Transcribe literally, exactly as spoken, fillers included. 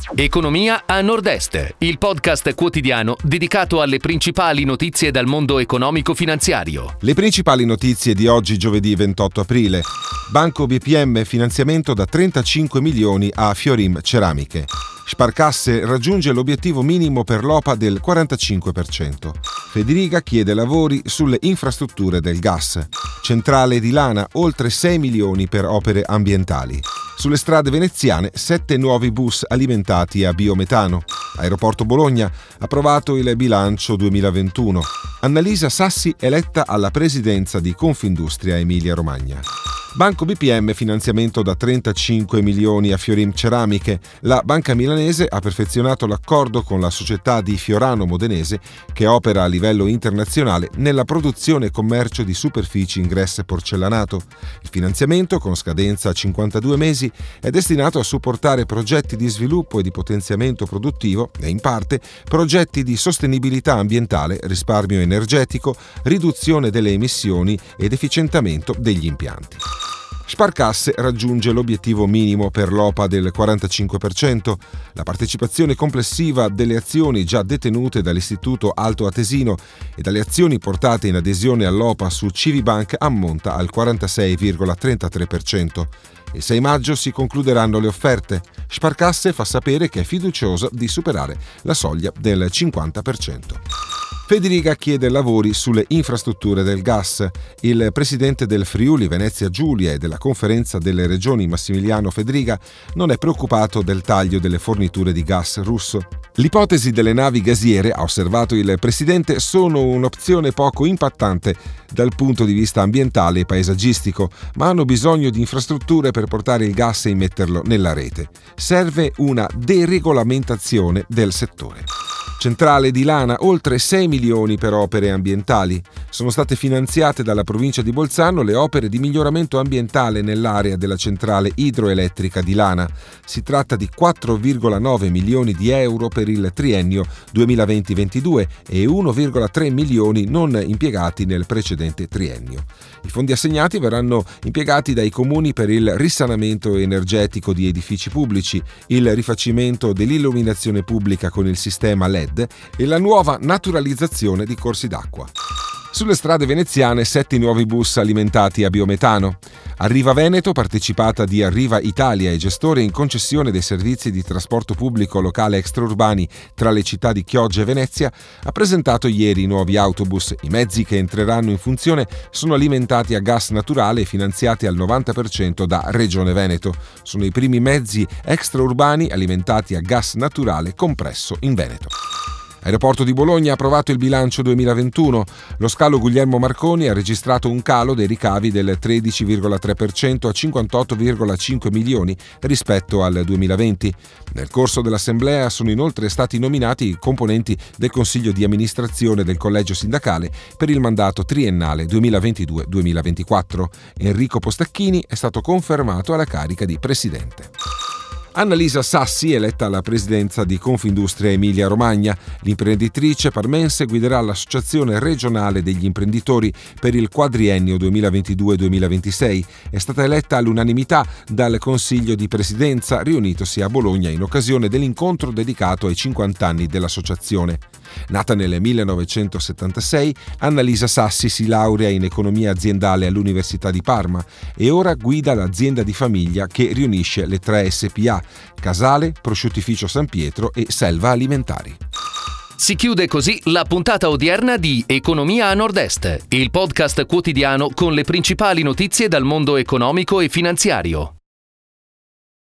Economia a Nord-Est, il podcast quotidiano dedicato alle principali notizie dal mondo economico-finanziario. Le principali notizie di oggi, giovedì ventotto aprile. Banco B P M, finanziamento da trentacinque milioni a Fiorim Ceramiche. Sparcasse raggiunge l'obiettivo minimo per l'O P A del quarantacinque per cento. Federica chiede lavori sulle infrastrutture del gas. Centrale di Lana, oltre sei milioni per opere ambientali. Sulle strade veneziane, sette nuovi bus alimentati a biometano. Aeroporto Bologna, approvato il bilancio duemilaventuno. Annalisa Sassi eletta alla presidenza di Confindustria Emilia-Romagna. Banco B P M, finanziamento da trentacinque milioni a Fiorim Ceramiche. La banca milanese ha perfezionato l'accordo con la società di Fiorano Modenese che opera a livello internazionale nella produzione e commercio di superfici in grès porcellanato. Il finanziamento, con scadenza a cinquantadue mesi, è destinato a supportare progetti di sviluppo e di potenziamento produttivo e, in parte, progetti di sostenibilità ambientale, risparmio energetico, riduzione delle emissioni ed efficientamento degli impianti. Sparcasse raggiunge l'obiettivo minimo per l'O P A del quarantacinque per cento. La partecipazione complessiva delle azioni già detenute dall'Istituto Alto Atesino e dalle azioni portate in adesione all'O P A su Civibank ammonta al quarantasei virgola trentatré per cento. Il sei maggio si concluderanno le offerte. Sparcasse fa sapere che è fiduciosa di superare la soglia del cinquanta per cento. Federica chiede lavori sulle infrastrutture del gas. Il presidente del Friuli Venezia Giulia e della Conferenza delle Regioni Massimiliano Fedriga non è preoccupato del taglio delle forniture di gas russo. L'ipotesi delle navi gasiere, ha osservato il presidente, sono un'opzione poco impattante dal punto di vista ambientale e paesaggistico, ma hanno bisogno di infrastrutture per portare il gas e immetterlo nella rete. Serve una deregolamentazione del settore. Centrale di Lana, oltre sei milioni per opere ambientali. Sono state finanziate dalla provincia di Bolzano le opere di miglioramento ambientale nell'area della centrale idroelettrica di Lana. Si tratta di quattro virgola nove milioni di euro per il triennio duemilaventi ventidue e uno virgola tre milioni non impiegati nel precedente triennio. I fondi assegnati verranno impiegati dai comuni per il risanamento energetico di edifici pubblici, il rifacimento dell'illuminazione pubblica con il sistema L E D e la nuova naturalizzazione di corsi d'acqua. Sulle strade veneziane, sette nuovi bus alimentati a biometano. Arriva Veneto, partecipata di Arriva Italia e gestore in concessione dei servizi di trasporto pubblico locale extraurbani tra le città di Chioggia e Venezia, ha presentato ieri i nuovi autobus. I mezzi che entreranno in funzione sono alimentati a gas naturale e finanziati al novanta per cento da Regione Veneto. Sono i primi mezzi extraurbani alimentati a gas naturale compresso in Veneto. Aeroporto di Bologna ha approvato il bilancio duemilaventuno. Lo scalo Guglielmo Marconi ha registrato un calo dei ricavi del tredici virgola tre per cento a cinquantotto virgola cinque milioni rispetto al duemilaventi. Nel corso dell'assemblea sono inoltre stati nominati i componenti del Consiglio di amministrazione del Collegio Sindacale per il mandato triennale duemilaventidue duemilaventiquattro. Enrico Postacchini è stato confermato alla carica di presidente. Annalisa Sassi, eletta alla presidenza di Confindustria Emilia-Romagna. L'imprenditrice parmense guiderà l'Associazione regionale degli imprenditori per il quadriennio duemilaventidue duemilaventisei. È stata eletta all'unanimità dal Consiglio di Presidenza riunitosi a Bologna in occasione dell'incontro dedicato ai cinquanta anni dell'associazione. Nata nel millenovecentosettantasei, Annalisa Sassi si laurea in economia aziendale all'Università di Parma e ora guida l'azienda di famiglia che riunisce le tre S P A: Casale, Prosciuttificio San Pietro e Selva Alimentari. Si chiude così la puntata odierna di Economia a Nord-Est, il podcast quotidiano con le principali notizie dal mondo economico e finanziario.